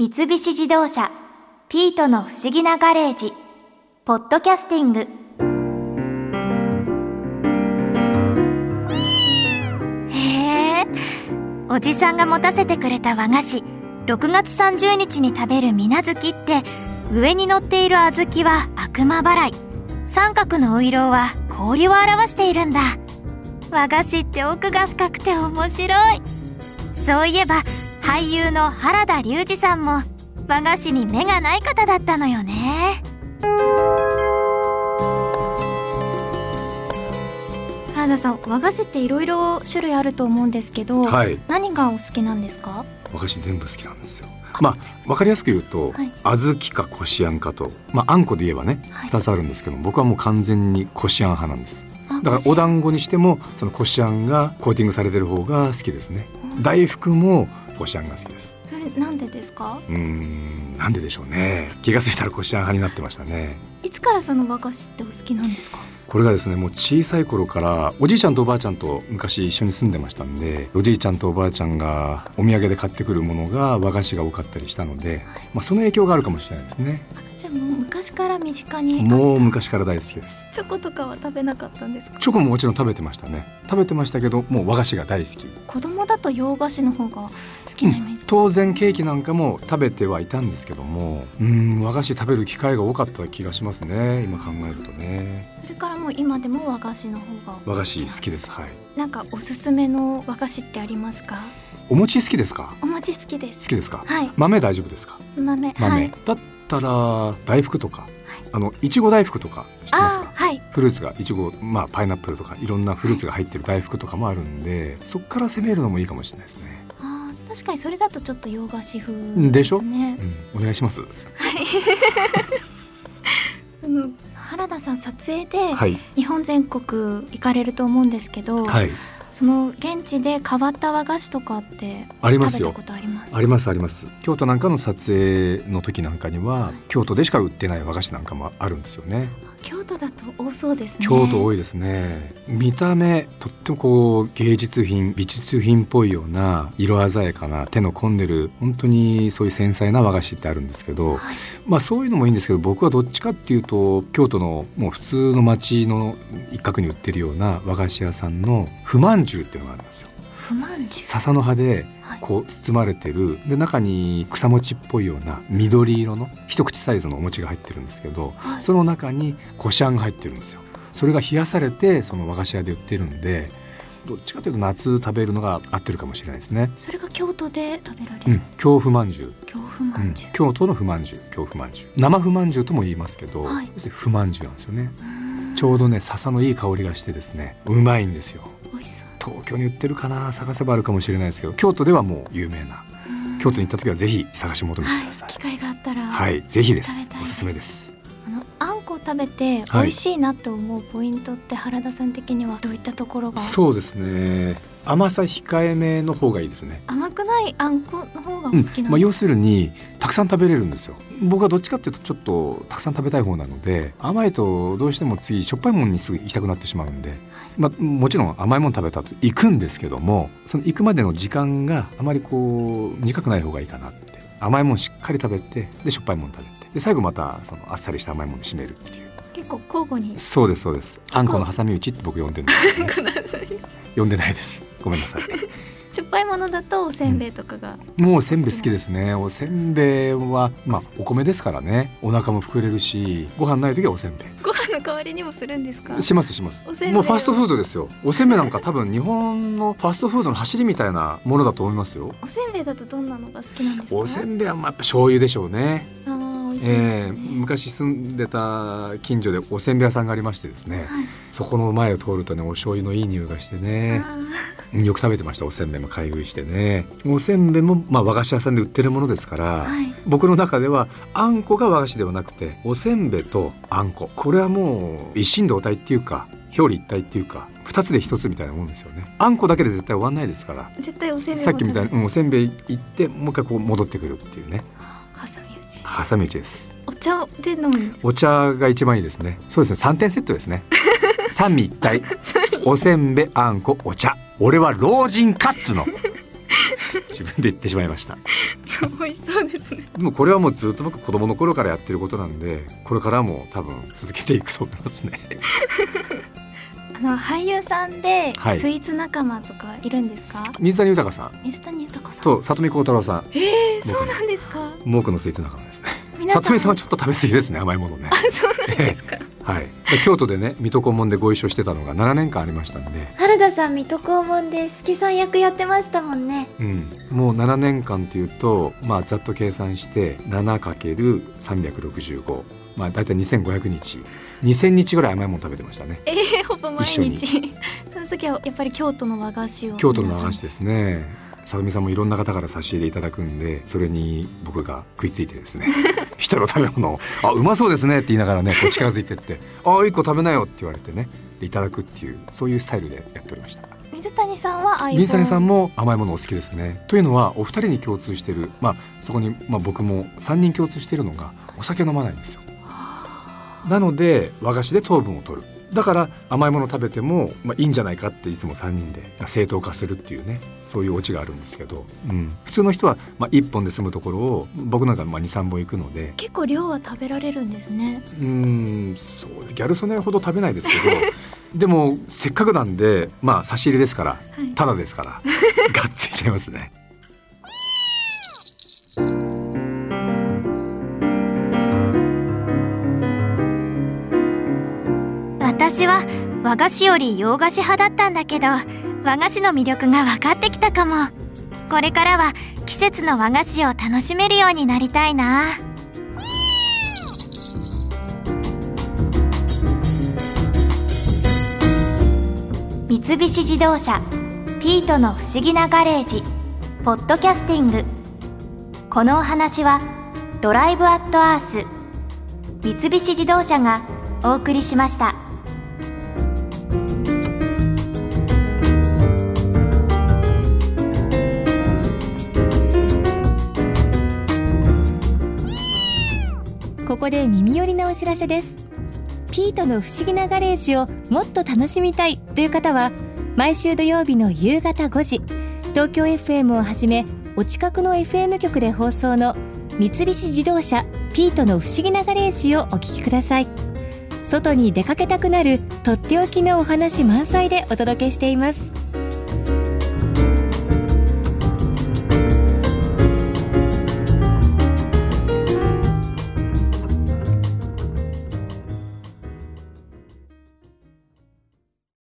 三菱自動車ピートの不思議なガレージポッドキャスティング。へえ、おじさんが持たせてくれた和菓子6月30日に食べる水無月って、上に乗っている小豆は悪魔払い、三角のういろうは氷を表しているんだ。和菓子って奥が深くて面白い。そういえば俳優の原田龍二さんも和菓子に目がない方だったのよね。原田さん、和菓子っていろいろ種類あると思うんですけど、 はい、 何がお好きなんですか？ 和菓子全部好きなんですよ。分かりやすく言うと、 はい、 小豆かこしあんかと、あんこで言えばね、 はい、 2つあるんですけど、僕はもう完全にこしあん派なんです。だからお団子にしてもそのこしあんがコーティングされてる方が好きですね。大福もこしあんが好きです。 それなんでですか？ なんででしょうね。気がついたらこしあん派になってましたね。 いつからその和菓子ってお好きなんですか？ これがですね、もう小さい頃からおじいちゃんとおばあちゃんと昔一緒に住んでましたんで、おじいちゃんとおばあちゃんがお土産で買ってくるものが和菓子が多かったりしたので、その影響があるかもしれないですね。 じゃあもう昔から身近に。 もう昔から大好きです。 チョコとかは食べなかったんですか？ チョコももちろん食べてましたね。食べてましたけど、もう和菓子が大好き。 子供だと洋菓子の方が好きなイメージ、 当然ケーキなんかも食べてはいたんですけども、和菓子食べる機会が多かった気がしますね、今考えるとね。 それからもう今でも和菓子の方が。 和菓子好きです。はい。 なんかおすすめの和菓子ってありますか？ お餅好きですか？ お餅好きです。 好きですか？ はい。 豆大丈夫ですか？ 豆、はい、 だったら大福とか、いちご大福とか知ってますか？ はい、 フルーツがいちご、パイナップルとかいろんなフルーツが入ってる大福とかもあるんで、そこから攻めるのもいいかもしれないですね。 確かにそれだとちょっと洋菓子風ですね。 でしょ？お願いします。 はい原田さん、撮影で日本全国行かれると思うんですけど、 はい、 その現地で変わった和菓子とかってありますよ。 食べたことあります？ ありますあります。京都なんかの撮影の時なんかには、京都でしか売ってない和菓子なんかもあるんですよね。 京都だと多そうですね。 京都多いですね。見た目とってもこう芸術品、美術品っぽいような色鮮やかな手の込んでる、本当にそういう繊細な和菓子ってあるんですけど、はい、そういうのもいいんですけど、僕はどっちかっていうと京都のもう普通の町の一角に売ってるような和菓子屋さんの不満重っていうのがあるんですよ。笹の葉でこう包まれてる、で中に草餅っぽいような緑色の一口サイズのお餅が入ってるんですけど、はい、その中にこしあんが入ってるんですよ。それが冷やされてその和菓子屋で売ってるんで、どっちかというと夏食べるのが合ってるかもしれないですね。 それが京都で食べられる、 京不満重。 京都の不満重、京不満重、生不満重とも言いますけど、はい、不満重なんですよね。ちょうどね、笹のいい香りがしてですね、うまいんですよ。東京に売ってるかな、探せばあるかもしれないですけど、京都ではもう有名な。京都に行った時はぜひ探し求めてください。 機会があったら、 はい、ぜひです。おすすめです。 あんこを食べて美味しいなと思うポイントって原田さん的にはどういったところが？そうですね、 甘さ控えめの方がいいですね。 甘くないあんこの方がお好きなんですか？ 要するにたくさん食べれるんですよ。僕はどっちかっていうとちょっとたくさん食べたい方なので、甘いとどうしても次しょっぱいものにすぐ行きたくなってしまうんで、もちろん甘いもの食べた後行くんですけども、その行くまでの時間があまりこう短くない方がいいかなって。甘いものしっかり食べて、でしょっぱいもの食べて、で最後またそのあっさりした甘いものに締めるっていう。 結構交互に。 そうですそうです。あんこの挟み撃ちって僕呼んでるんですけど、呼んでないです。ごめんなさい。 しょっぱいものだとおせんべいとかが、 もうおせんべい好きですね。おせんべいはお米ですからね、お腹も膨れるし、ご飯ない時はおせんべい。 ご飯の代わりにもするんですか？ します。もうファストフードですよ。おせんべいなんか多分日本のファストフードの走りみたいなものだと思いますよ。 おせんべいだとどんなのが好きなんですか？ おせんべいはやっぱ醤油でしょうね。昔住んでた近所でおせんべい屋さんがありましてですね、はい、そこの前を通るとね、お醤油のいい匂いがしてね、よく食べてました。おせんべいも買い食いしてね。おせんべいも和菓子屋さんで売ってるものですから、はい、僕の中ではあんこが和菓子ではなくて、おせんべいとあんこ、これはもう一心同体っていうか表裏一体っていうか、二つで一つみたいなもんですよね。あんこだけで絶対終わんないですから。 絶対おせんべいさっきみたいに、おせんべい行ってもう一回こう戻ってくるっていうね。挟み撃ちです。 お茶で飲む？ お茶が一番いいですね。そうですね、3点セットですね。三位一体。おせんべい、あんこ、お茶。俺は老人かっつの。自分で言ってしまいました。 美味しそうですね。 でもこれはもうずっと僕子供の頃からやってることなんで、これからも多分続けていくと思いますね。 俳優さんではいスイーツ仲間とかいるんですか？ 水谷豊さん水谷豊さんと里見幸太郎さん、 そうなんですか？ 僕のスイーツ仲間ですね。 皆さん里見さんはちょっと食べ過ぎですね、甘いものね。 そうなんですか？ はい、京都でね水戸黄門でご一緒してたのが7年間ありましたんで、 原田さん水戸黄門で好きさん役やってましたもんね。 もう7年間というと、ざっと計算して 7×365、だいたい2500日2000日ぐらい甘いもの食べてましたね。 ほぼ毎日。その時はやっぱり京都の和菓子を。 京都の和菓子ですね。里見さんもいろんな方から差し入れいただくんで、それに僕が食いついてですね人の食べ物をうまそうですねって言いながらね、こう近づいてって1個食べなよって言われてね、でいただくっていう、そういうスタイルでやっておりました。 水谷さんは水谷さんも甘いものお好きですね。というのはお二人に共通している、そこに、僕も3人共通しているのがお酒飲まないんですよ。なので和菓子で糖分を取る。だから甘いもの食べても、いいんじゃないかっていつも3人で正当化するっていうね、そういうオチがあるんですけど、普通の人は1本で済むところを僕なんか2、3本行くので。 結構量は食べられるんですね。 そうギャル曽根ほど食べないですけどでもせっかくなんで、差し入れですから、ただですからがっついちゃいますね。 私は和菓子より洋菓子派だったんだけど、和菓子の魅力が分かってきたかも。これからは季節の和菓子を楽しめるようになりたいな。三菱自動車ピートの不思議なガレージポッドキャスティング。このお話はドライブアットアース三菱自動車がお送りしました。 ここで耳寄りなお知らせです。ピートの不思議なガレージをもっと楽しみたいという方は、毎週土曜日の夕方5時、東京 FM をはじめお近くの FM 局で放送の三菱自動車ピートの不思議なガレージをお聞きください。外に出かけたくなるとっておきのお話満載でお届けしています。